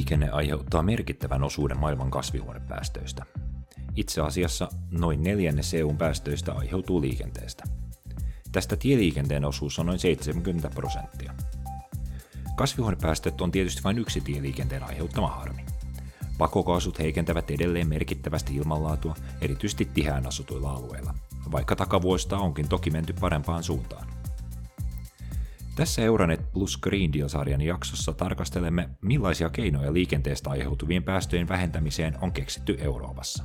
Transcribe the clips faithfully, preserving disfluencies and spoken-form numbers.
Liikenne aiheuttaa merkittävän osuuden maailman kasvihuonepäästöistä. Itse asiassa noin neljännes E U:n päästöistä aiheutuu liikenteestä. Tästä tieliikenteen osuus on noin seitsemänkymmentä prosenttia. Kasvihuonepäästöt on tietysti vain yksi tieliikenteen aiheuttama harmi. Pakokaasut heikentävät edelleen merkittävästi ilmanlaatua, erityisesti tiheään asutuilla alueilla, vaikka takavuosista onkin toki menty parempaan suuntaan. Tässä Euronet Plus Green Deal-sarjan jaksossa tarkastelemme, millaisia keinoja liikenteestä aiheutuvien päästöjen vähentämiseen on keksitty Euroopassa.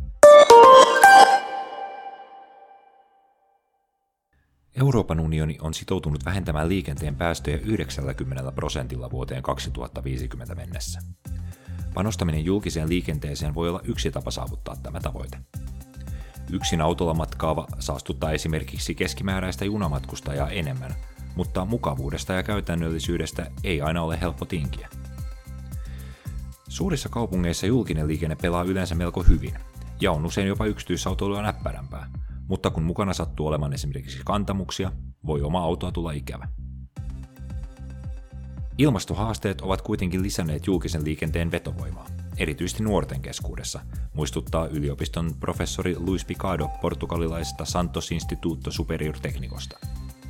Euroopan unioni on sitoutunut vähentämään liikenteen päästöjä yhdeksänkymmentä prosentilla vuoteen kaksituhattaviisikymmentä mennessä. Panostaminen julkiseen liikenteeseen voi olla yksi tapa saavuttaa tämä tavoite. Yksin autolla matkaava saastuttaa esimerkiksi keskimääräistä junamatkustajaa enemmän, mutta mukavuudesta ja käytännöllisyydestä ei aina ole helppo tinkiä. Suurissa kaupungeissa julkinen liikenne pelaa yleensä melko hyvin, ja on usein jopa yksityisautoilua näppärämpää, mutta kun mukana sattuu olemaan esimerkiksi kantamuksia, voi oma autoa tulla ikävä. Ilmastohaasteet ovat kuitenkin lisänneet julkisen liikenteen vetovoimaa, erityisesti nuorten keskuudessa, muistuttaa yliopiston professori Luis Picado portugalilaisesta Santos Instituto Superior Técnicosta.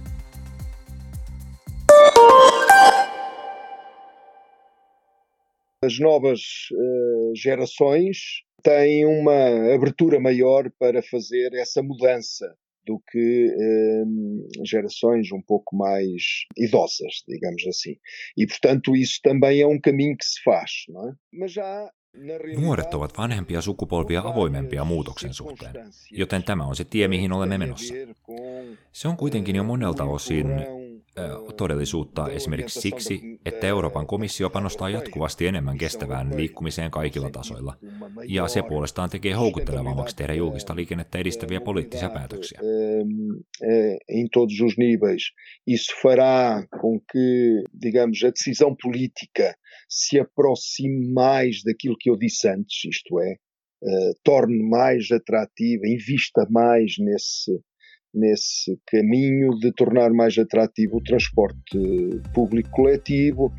As novas uh, gerações têm uma abertura maior para fazer essa mudança do que um, gerações um pouco mais idosas, digamos assim. E, portanto, isso também é um caminho que se faz, não é? Mas já Nuoret ovat vanhempia sukupolvia avoimempia muutoksen suhteen, joten tämä on se tie, mihin olemme menossa. Se on kuitenkin jo monelta osin äh, todellisuutta esimerkiksi siksi, että Euroopan komissio panostaa jatkuvasti enemmän kestävään liikkumiseen kaikilla tasoilla, ja se puolestaan tekee houkuttelevammaksi tehdä julkista liikennettä edistäviä poliittisia päätöksiä. Em todos os níveis. Isso fará com que, digamos, a decisão política se aproxime mais daquilo que eu disse antes, isto é, uh, torne mais atrativa, invista mais nesse, nesse caminho de tornar mais atrativo o transporte público coletivo.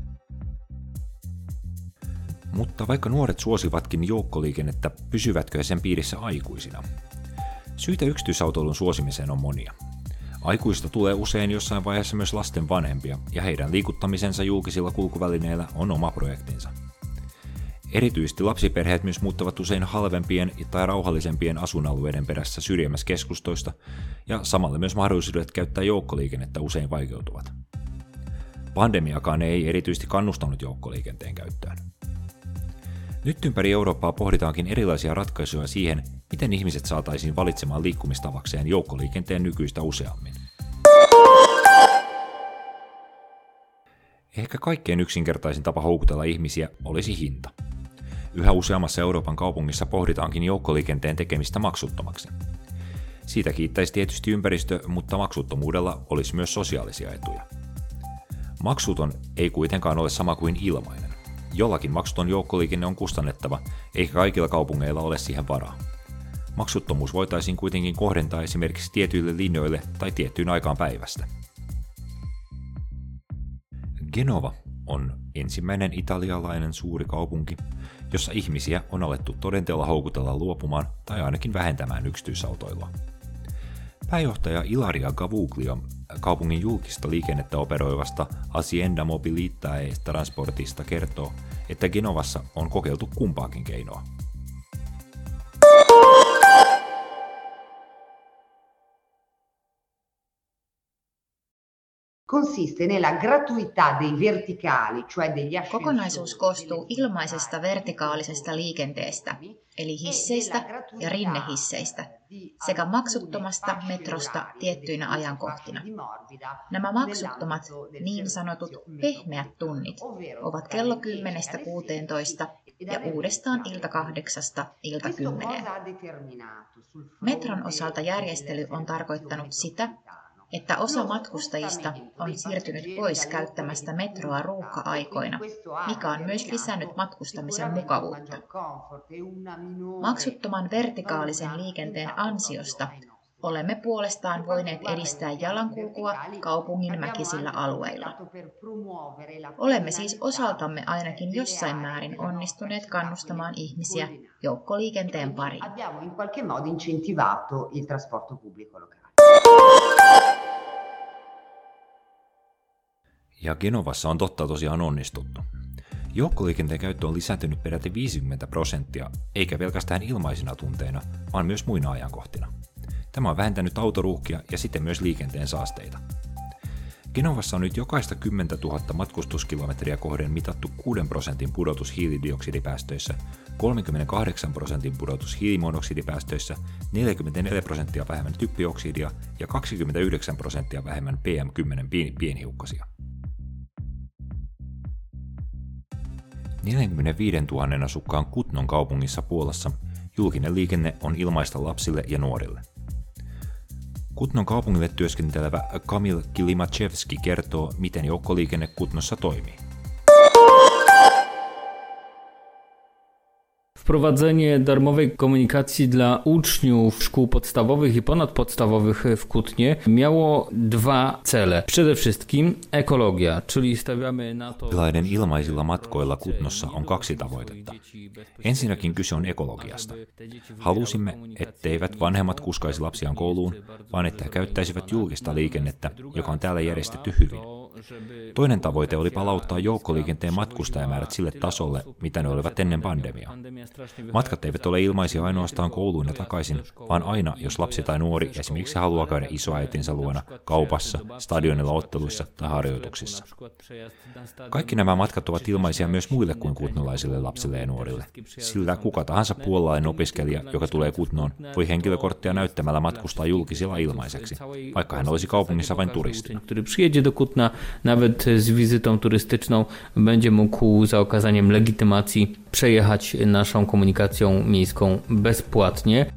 Mutta vaikka nuoret suosivatkin joukkoliikennettä, pysyvätkö he sen piirissä aikuisina? Syitä yksityisautoilun suosimiseen on monia. Aikuisista tulee usein jossain vaiheessa myös lasten vanhempia, ja heidän liikuttamisensa julkisilla kulkuvälineillä on oma projektinsa. Erityisesti lapsiperheet myös muuttavat usein halvempien tai rauhallisempien asuinalueiden perässä syrjemmässä keskustoista, ja samalla myös mahdollisuudet käyttää joukkoliikennettä usein vaikeutuvat. Pandemiakaan ei erityisesti kannustanut joukkoliikenteen käyttöön. Nyt ympäri Eurooppaa pohditaankin erilaisia ratkaisuja siihen, miten ihmiset saataisiin valitsemaan liikkumistavakseen joukkoliikenteen nykyistä useammin. Ehkä kaikkein yksinkertaisin tapa houkutella ihmisiä olisi hinta. Yhä useammassa Euroopan kaupungissa pohditaankin joukkoliikenteen tekemistä maksuttomaksi. Siitä kiittäisi tietysti ympäristö, mutta maksuttomuudella olisi myös sosiaalisia etuja. Maksuton ei kuitenkaan ole sama kuin ilmainen. Jollakin maksuton joukkoliikenne on kustannettava, eikä kaikilla kaupungeilla ole siihen varaa. Maksuttomuus voitaisiin kuitenkin kohdentaa esimerkiksi tietyille linjoille tai tiettyyn aikaan päivästä. Genova on ensimmäinen italialainen suuri kaupunki, jossa ihmisiä on alettu todenteella houkutella luopumaan tai ainakin vähentämään yksityisautoilua. Pääjohtaja Ilaria Gavuglio kaupungin julkista liikennettä operoivasta Azienda Mobilitae Transportista kertoo, että Genovassa on kokeiltu kumpaakin keinoa. Consiste nella gratuità dei verticali, cioè degli ascensori. Kokonaisuus koostuu ilmaisesta vertikaalisesta liikenteestä, eli hisseistä ja rinnehisseistä, sekä maksuttomasta metrosta tiettyinä ajankohtina. Nämä maksuttomat, niin sanotut pehmeät tunnit, ovat kello kymmenestä kuuteentoista ja uudestaan ilta kahdeksasta ilta kymmeneen. Metron osalta järjestely on tarkoittanut sitä, että osa matkustajista on siirtynyt pois käyttämästä metroa ruuhka-aikoina, mikä on myös lisännyt matkustamisen mukavuutta. Maksuttoman vertikaalisen liikenteen ansiosta Olemme puolestaan voineet edistää jalankulkua kaupungin mäkisillä alueilla. Olemme siis osaltamme ainakin jossain määrin onnistuneet kannustamaan ihmisiä joukkoliikenteen pariin. Ja Genovassa on totta tosiaan onnistuttu. Joukkoliikenteen käyttö on lisääntynyt peräti viisikymmentä prosenttia, eikä pelkästään ilmaisina tunteina, vaan myös muina ajankohtina. Tämä on vähentänyt autoruuhkia ja siten myös liikenteen saasteita. Genovassa on nyt jokaista kymmentätuhatta matkustuskilometriä kohden mitattu kuuden prosentin pudotus hiilidioksidipäästöissä, kolmekymmentäkahdeksan prosentin pudotus hiilimonoksidipäästöissä, neljäkymmentäneljä prosenttia vähemmän typpioksidia ja kaksikymmentäyhdeksän prosenttia vähemmän P M kymmenen pienhiukkasia. neljäkymmentäviisituhatta asukkaan Kutnon kaupungissa Puolassa julkinen liikenne on ilmaista lapsille ja nuorille. Kutnon kaupungille työskentelevä Kamil Kilimachevski kertoo, miten joukkoliikenne Kutnossa toimii. Wprowadzenie darmowej komunikacji dla uczniów szkół podstawowych i ponadpodstawowych w Kutnie miało dwa cele. Przede wszystkim ekologia, czyli stawiamy na to... Oppilaiden ilmaisilla matkoilla Kutnossa on kaksi tavoitetta. Ensinnäkin kyse on ekologiasta. Halusimme, etteivät vanhemmat kuskaisi lapsiaan kouluun, vaan että he käyttäisivät julkista liikennettä, joka on täällä järjestetty hyvin. Toinen tavoite oli palauttaa joukkoliikenteen matkustajamäärät sille tasolle, mitä ne olivat ennen pandemiaa. Matkat eivät ole ilmaisia ainoastaan kouluun ja takaisin, vaan aina, jos lapsi tai nuori esimerkiksi haluaa käydä isoäitinsä luona, kaupassa, stadionilla otteluissa tai harjoituksissa. Kaikki nämä matkat ovat ilmaisia myös muille kuin kutnolaisille lapsille ja nuorille, sillä kuka tahansa puolalainen opiskelija, joka tulee Kutnoon, voi henkilökorttia näyttämällä matkustaa julkisilla ilmaiseksi, vaikka hän olisi kaupungissa vain turistina. Nawet z wizytą turystyczną będzie mógł za okazaniem legitymacji przejechać naszą komunikacją miejską bezpłatnie.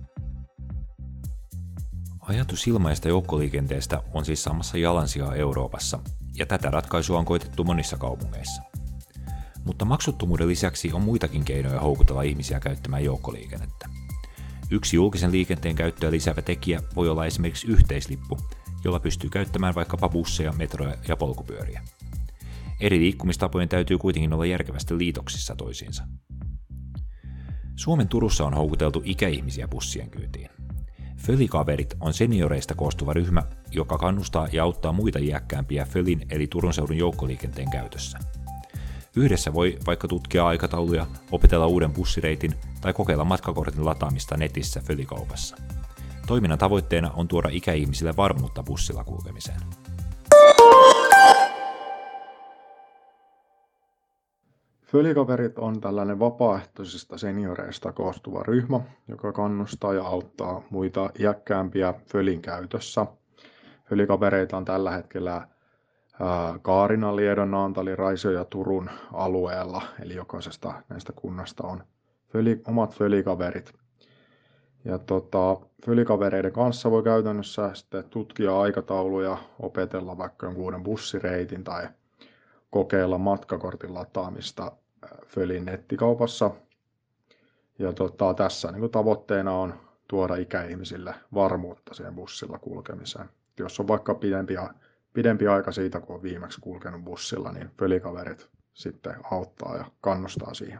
Ajatus ilmaista joukkoliikenteestä on siis saamassa jalansijaa Euroopassa, ja tätä ratkaisua on koitettu monissa kaupungeissa. Mutta maksuttomuuden lisäksi on muitakin keinoja houkutella ihmisiä käyttämään joukkoliikennettä. Yksi julkisen liikenteen käyttöä lisäävä tekijä voi olla esimerkiksi yhteislippu, jolla pystyy käyttämään vaikkapa busseja, metroja ja polkupyöriä. Eri liikkumistapojen täytyy kuitenkin olla järkevästi liitoksissa toisiinsa. Suomen Turussa on houkuteltu ikäihmisiä bussien kyytiin. Fölikaverit on senioreista koostuva ryhmä, joka kannustaa ja auttaa muita iäkkäämpiä Fölin eli Turun seudun joukkoliikenteen käytössä. Yhdessä voi vaikka tutkia aikatauluja, opetella uuden bussireitin tai kokeilla matkakortin lataamista netissä Fölikaupassa. Toiminnan tavoitteena on tuoda ikäihmisille varmuutta bussilla kulkemiseen. Fölikaverit on tällainen vapaaehtoisista senioreista koostuva ryhmä, joka kannustaa ja auttaa muita iäkkäämpiä Fölin käytössä. Fölikavereita on tällä hetkellä Kaarinan, Liedon, Naantalin, Raision ja Turun alueella, eli jokaisesta näistä kunnasta on föli, omat Fölikaverit. Ja tota, Fölikavereiden kanssa voi käytännössä sitten tutkia aikatauluja, opetella vaikka jonkun uuden bussireitin tai kokeilla matkakortin lataamista Fölin nettikaupassa. Ja tota, tässä niin kuin tavoitteena on tuoda ikäihmisille varmuutta siihen bussilla kulkemiseen. Jos on vaikka pidempi, pidempi aika siitä, kun on viimeksi kulkenut bussilla, niin Fölikaverit sitten auttaa ja kannustaa siihen.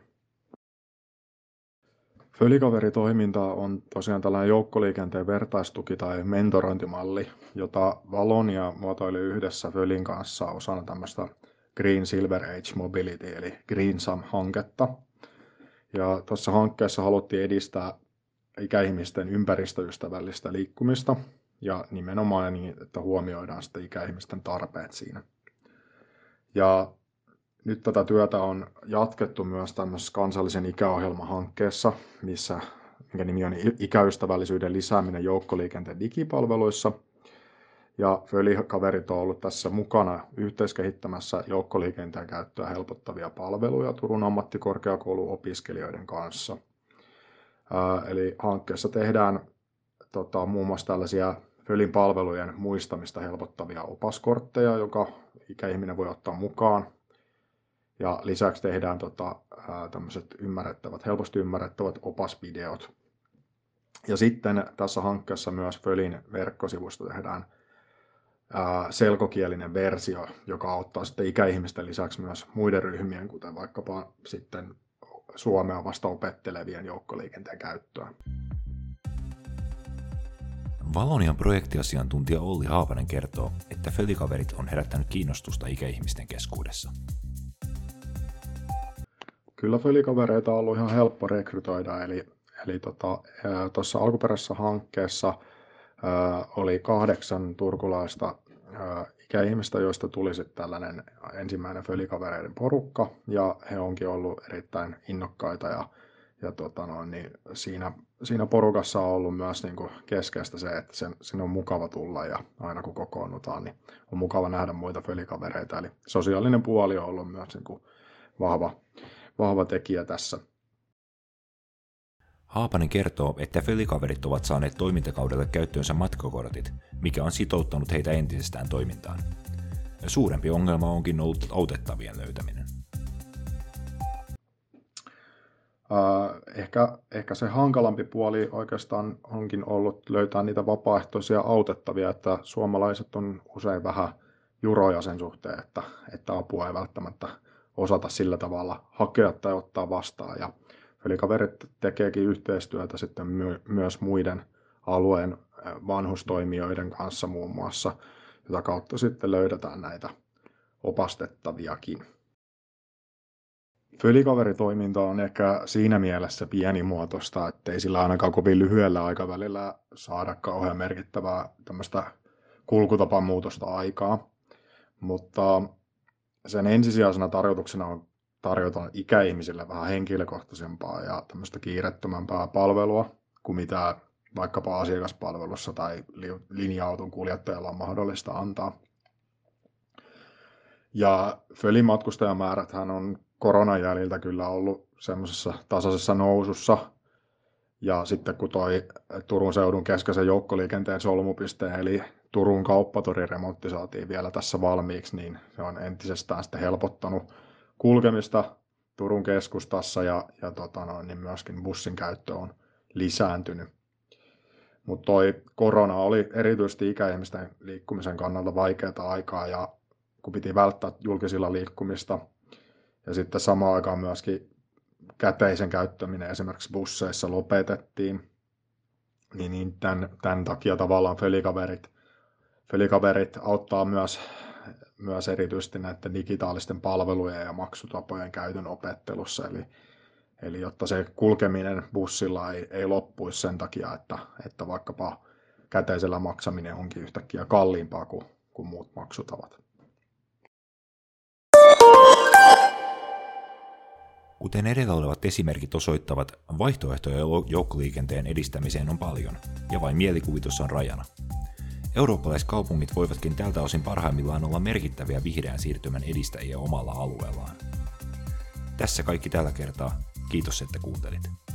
Fölikaveritoiminta on tosiaan tällainen joukkoliikenteen vertaistuki tai mentorointimalli, jota Valonia muotoili yhdessä Fölin kanssa osana tämmöistä Green Silver Age Mobility eli GreenSam-hanketta. Ja tuossa hankkeessa haluttiin edistää ikäihmisten ympäristöystävällistä liikkumista ja nimenomaan niin, että huomioidaan sitten ikäihmisten tarpeet siinä. Ja nyt tätä työtä on jatkettu myös tämmöisessä kansallisen ikäohjelmahankkeessa, missä, minkä nimi on ikäystävällisyyden lisääminen joukkoliikenteen digipalveluissa. Ja Fölikaverit on ollut tässä mukana yhteiskehittämässä joukkoliikenteen käyttöä helpottavia palveluja Turun ammattikorkeakoulun opiskelijoiden kanssa. Ää, eli hankkeessa tehdään tota, muun muassa tällaisia Fölin palvelujen muistamista helpottavia opaskortteja, joka ikäihminen voi ottaa mukaan. Ja lisäksi tehdään tota, tämmöiset ymmärrettävät, helposti ymmärrettävät opasvideot. Ja sitten tässä hankkeessa myös Fölin verkkosivusta tehdään selkokielinen versio, joka auttaa sitten ikäihmisten lisäksi myös muiden ryhmien, kuten vaikkapa sitten suomea vasta opettelevien joukkoliikenteen käyttöä. Valonian projektiasiantuntija Olli Haapanen kertoo, että Föli-kaverit on herättänyt kiinnostusta ikäihmisten keskuudessa. Kyllä Föli-kavereita on ollut ihan helppo rekrytoida, eli eli tuossa tota, alkuperäisessä hankkeessa ää, oli kahdeksan turkulaista ää, ikäihmistä, joista tuli sitten tällainen ensimmäinen Föli-kavereiden porukka, ja he onkin ollut erittäin innokkaita, ja, ja tota no, niin siinä, siinä porukassa on ollut myös niin kuin keskeistä se, että sen, sinne on mukava tulla, ja aina kun kokoonnutaan, niin on mukava nähdä muita Föli-kavereita, eli sosiaalinen puoli on ollut myös niin kuin vahva, vahva tekijä tässä. Haapanen kertoo, että Föli-kaverit ovat saaneet toimintakaudelle käyttöönsä matkakortit, mikä on sitouttanut heitä entisestään toimintaan. Suurempi ongelma onkin ollut autettavien löytäminen. Äh, ehkä, ehkä se hankalampi puoli oikeastaan onkin ollut löytää niitä vapaaehtoisia autettavia, että suomalaiset on usein vähän juroja sen suhteen, että, että apua ei välttämättä osata sillä tavalla hakea tai ottaa vastaan. Ja Föli-kaverit tekeekin yhteistyötä sitten my- myös muiden alueen vanhustoimijoiden kanssa muun muassa, jota kautta sitten löydetään näitä opastettaviakin. Föli-kaveritoiminta on ehkä siinä mielessä pienimuotoista, ettei sillä ainakaan kovin lyhyellä aikavälillä saada kauhean merkittävää tämmöistä kulkutapamuutosta aikaa, mutta sen ensisijaisena tarkoituksena on tarjota ikäihmisille vähän henkilökohtaisempaa ja tämmöistä kiireettömämpää palvelua kuin mitä vaikkapa asiakaspalvelussa tai linja-auton kuljettajalla on mahdollista antaa. Ja Föli-matkustajamääräthän on koronan jäljiltä kyllä ollut semmoisessa tasaisessa nousussa. Ja sitten kun toi Turun seudun keskeisen joukkoliikenteen solmupisteen eli Turun kauppatorin remontti saatiin vielä tässä valmiiksi, niin se on entisestään sitten helpottanut kulkemista Turun keskustassa ja, ja tota no, niin myöskin bussin käyttö on lisääntynyt. Mutta toi korona oli erityisesti ikäihmisten liikkumisen kannalta vaikeaa aikaa ja kun piti välttää julkisilla liikkumista ja sitten samaan aikaan myöskin käteisen käyttäminen esimerkiksi busseissa lopetettiin, niin, niin tämän, tämän takia tavallaan Föli-kaverit, Föli-kaverit auttaa myös myös erityisesti näiden digitaalisten palvelujen ja maksutapojen käytön opettelussa, eli, eli jotta se kulkeminen bussilla ei, ei loppuisi sen takia, että, että vaikkapa käteisellä maksaminen onkin yhtäkkiä kalliimpaa kuin, kuin muut maksutavat. Kuten edellä olevat esimerkit osoittavat, vaihtoehtoja joukkoliikenteen edistämiseen on paljon, ja vain mielikuvitus on rajana. Eurooppalaiskaupungit voivatkin tältä osin parhaimmillaan olla merkittäviä vihreän siirtymän edistäjiä omalla alueellaan. Tässä kaikki tällä kertaa. Kiitos, että kuuntelit.